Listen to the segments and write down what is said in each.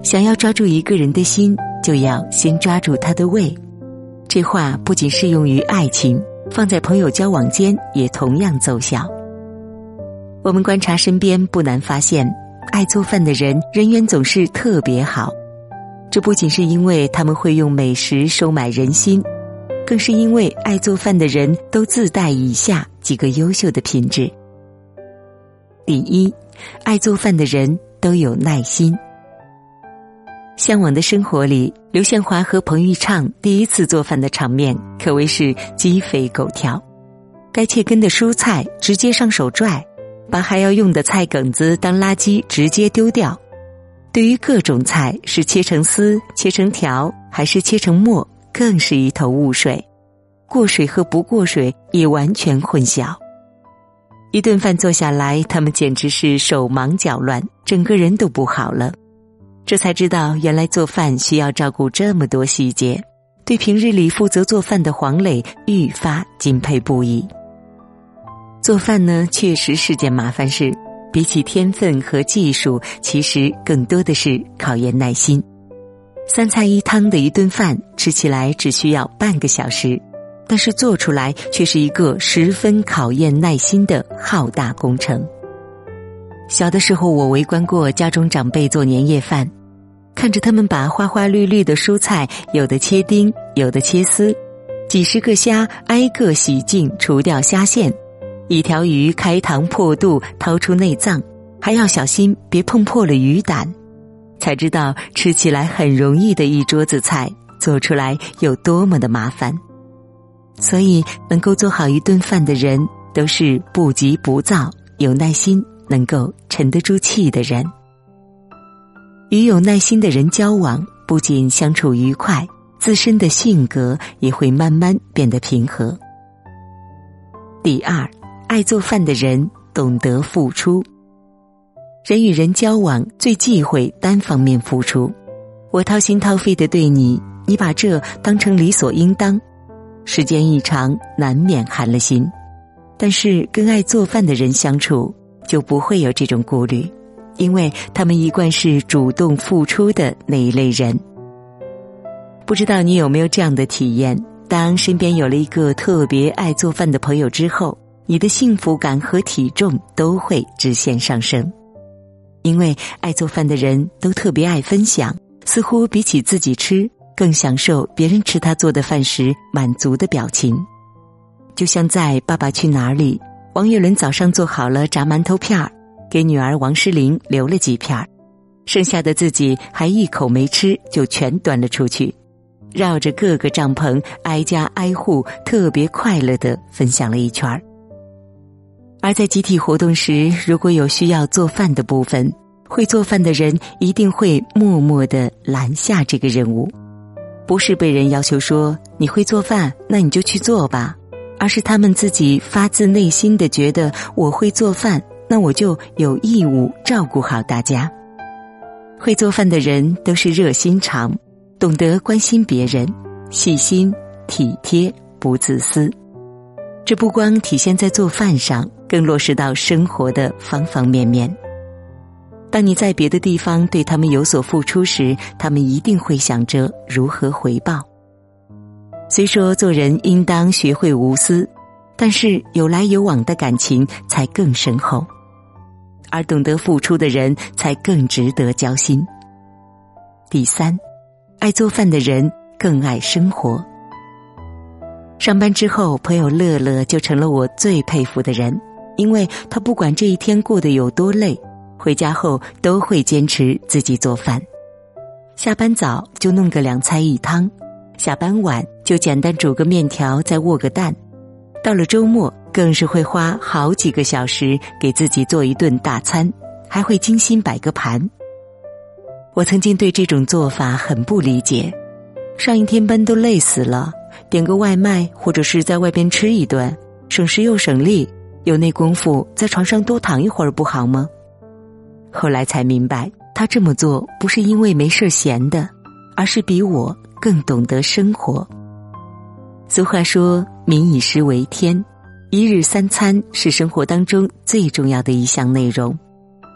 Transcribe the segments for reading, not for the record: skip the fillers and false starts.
想要抓住一个人的心，就要先抓住他的胃。这话不仅适用于爱情，放在朋友交往间也同样奏效。我们观察身边，不难发现，爱做饭的人人缘总是特别好。这不仅是因为他们会用美食收买人心，更是因为爱做饭的人都自带以下几个优秀的品质。第一，爱做饭的人都有耐心。向往的生活里，刘宪华和彭昱畅第一次做饭的场面可谓是鸡飞狗跳。该切根的蔬菜直接上手拽，把还要用的菜梗子当垃圾直接丢掉。对于各种菜是切成丝、切成条还是切成末，更是一头雾水，过水和不过水也完全混淆。一顿饭做下来，他们简直是手忙脚乱，整个人都不好了。这才知道原来做饭需要照顾这么多细节，对平日里负责做饭的黄磊愈发敬佩不已。做饭呢，确实是件麻烦事，比起天分和技术，其实更多的是考验耐心。3菜1汤的一顿饭吃起来只需要半个小时，但是做出来却是一个十分考验耐心的浩大工程。小的时候我围观过家中长辈做年夜饭，看着他们把花花绿绿的蔬菜有的切丁，有的切丝，几十个虾挨个洗净除掉虾线，一条鱼开膛破肚掏出内脏，还要小心别碰破了鱼胆，才知道吃起来很容易的一桌子菜，做出来有多么的麻烦。所以能够做好一顿饭的人，都是不急不躁，有耐心，能够沉得住气的人。与有耐心的人交往，不仅相处愉快，自身的性格也会慢慢变得平和。第二，爱做饭的人懂得付出。人与人交往最忌讳单方面付出，我掏心掏肺地对你，你把这当成理所应当，时间一长难免寒了心。但是跟爱做饭的人相处，就不会有这种顾虑，因为他们一贯是主动付出的那一类人。不知道你有没有这样的体验，当身边有了一个特别爱做饭的朋友之后，你的幸福感和体重都会直线上升。因为爱做饭的人都特别爱分享，似乎比起自己吃，更享受别人吃他做的饭时满足的表情。就像在《爸爸去哪儿》里，王岳伦早上做好了炸馒头片儿，给女儿王诗龄留了几片，剩下的自己还一口没吃就全端了出去，绕着各个帐篷挨家挨户特别快乐地分享了一圈。而在集体活动时，如果有需要做饭的部分，会做饭的人一定会默默地拦下这个任务，不是被人要求说你会做饭，那你就去做吧，而是他们自己发自内心地觉得我会做饭，那我就有义务照顾好大家。会做饭的人都是热心肠，懂得关心别人，细心体贴，不自私。这不光体现在做饭上，更落实到生活的方方面面。当你在别的地方对他们有所付出时，他们一定会想着如何回报。虽说做人应当学会无私，但是有来有往的感情才更深厚，而懂得付出的人才更值得交心。第三，爱做饭的人更爱生活。上班之后，朋友乐乐就成了我最佩服的人，因为他不管这一天过得有多累，回家后都会坚持自己做饭。下班早就弄个2菜1汤，下班晚就简单煮个面条再卧个蛋，到了周末更是会花好几个小时给自己做一顿大餐，还会精心摆个盘。我曾经对这种做法很不理解，上一天班都累死了，点个外卖或者是在外边吃一顿，省时又省力，有那功夫在床上多躺一会儿不好吗？后来才明白，他这么做不是因为没事闲的，而是比我更懂得生活。俗话说，民以食为天，1日3餐是生活当中最重要的一项内容。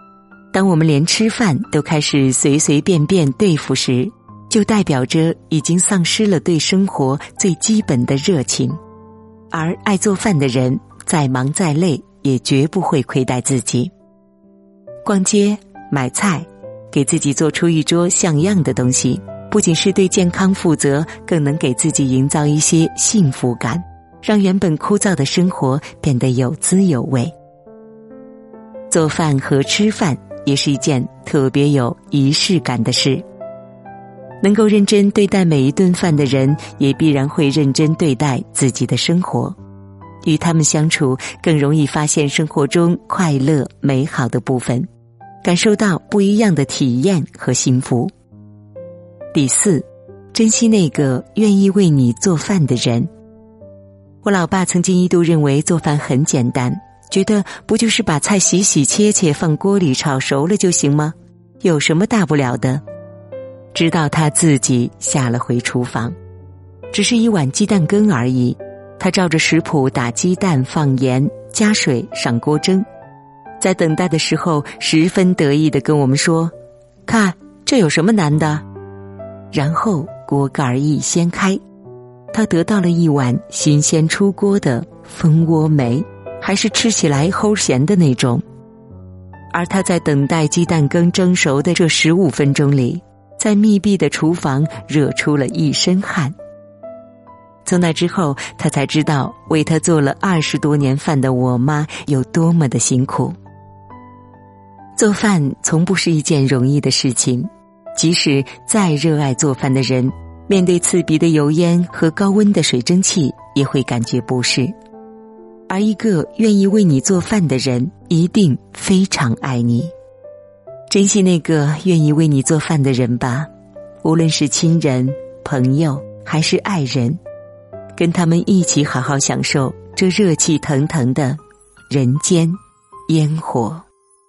当我们连吃饭都开始随随便便对付时，就代表着已经丧失了对生活最基本的热情。而爱做饭的人，再忙再累，也绝不会亏待自己。逛街、买菜，给自己做出一桌像样的东西，不仅是对健康负责，更能给自己营造一些幸福感，让原本枯燥的生活变得有滋有味。做饭和吃饭也是一件特别有仪式感的事。能够认真对待每一顿饭的人，也必然会认真对待自己的生活。与他们相处，更容易发现生活中快乐美好的部分，感受到不一样的体验和幸福。第4，珍惜那个愿意为你做饭的人。我老爸曾经一度认为做饭很简单，觉得不就是把菜洗洗切切放锅里炒熟了就行吗？有什么大不了的？直到他自己下了回厨房，只是一碗鸡蛋羹而已，他照着食谱打鸡蛋、放盐、加水上锅蒸。在等待的时候，十分得意地跟我们说：“看，这有什么难的？”然后锅盖一掀开，他得到了一碗新鲜出锅的蜂窝煤，还是吃起来齁咸的那种。而他在等待鸡蛋羹蒸熟的这15分钟里，在密闭的厨房热出了一身汗。从那之后，他才知道为他做了20多年饭的我妈有多么的辛苦。做饭从不是一件容易的事情，即使再热爱做饭的人，面对刺鼻的油烟和高温的水蒸气，也会感觉不适。而一个愿意为你做饭的人，一定非常爱你。珍惜那个愿意为你做饭的人吧，无论是亲人、朋友还是爱人，跟他们一起好好享受这热气腾腾的人间烟火。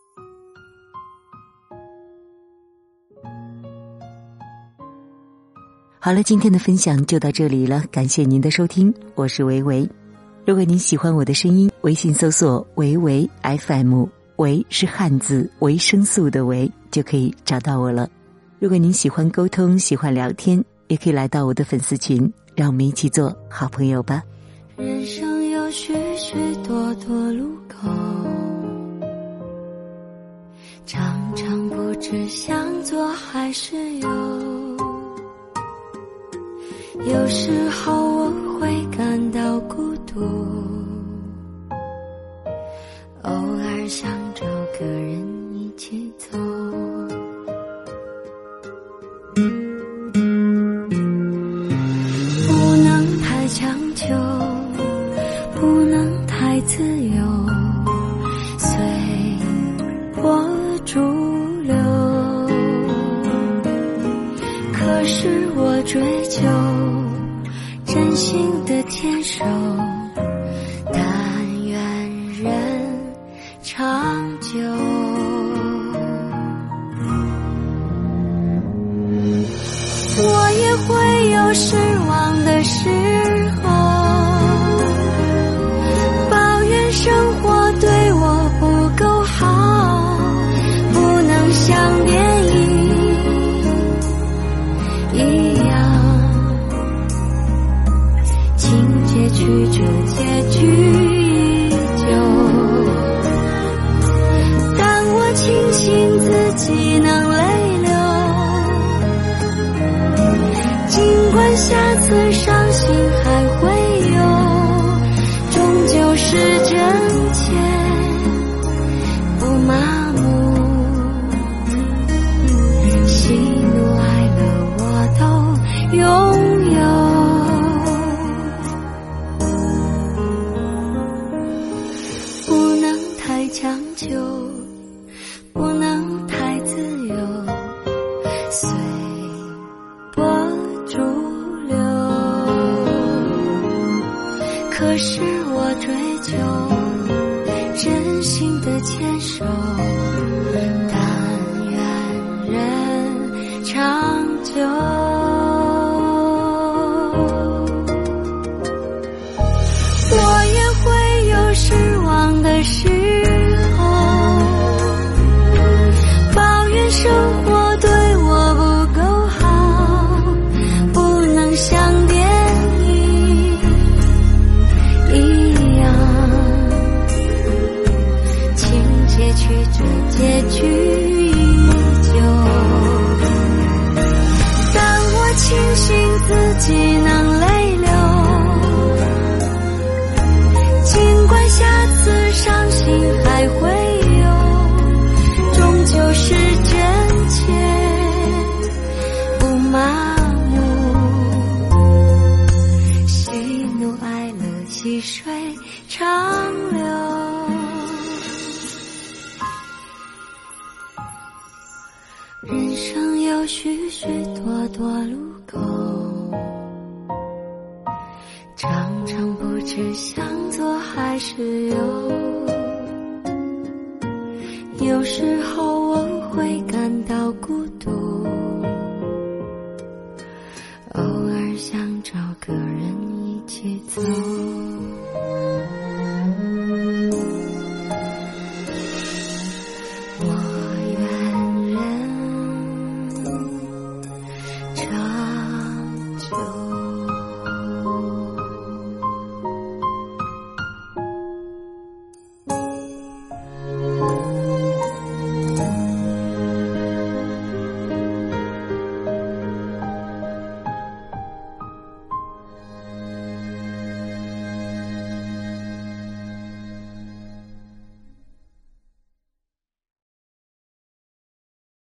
好了，今天的分享就到这里了，感谢您的收听，我是维维。如果您喜欢我的声音，微信搜索维维 FM， 维是汉字维生素的维，就可以找到我了。如果您喜欢沟通，喜欢聊天，也可以来到我的粉丝群，让我们一起做好朋友吧。 人生有许许多多路口，常常不知向左还是右，有时候我会感到孤独，偶尔想找个人一起走。不能太强求，不能太自由，随波逐流。可是我追求真心的牵手，但愿人长久。我也会有失望的时候，抱怨生活对我不够好，不能像电影一样，情节曲折，结局依旧。但我庆幸自己能泪流，尽管下次伤心还会有，终究是真切不麻木，喜怒哀乐我都拥有。不能太强求，不能太自由，随波逐流。可是我追求真心的牵手，但愿人长久。我也会有失望的时候， 活对我不够好，不能像电影一样，情节曲折，结局依旧。当我庆幸自己能泪流，尽管下次伤心还会有，终究是真切不麻木，喜怒哀乐细水长流。人生有许许多多路口，常常不知向左还是右，有时候我会感到孤独，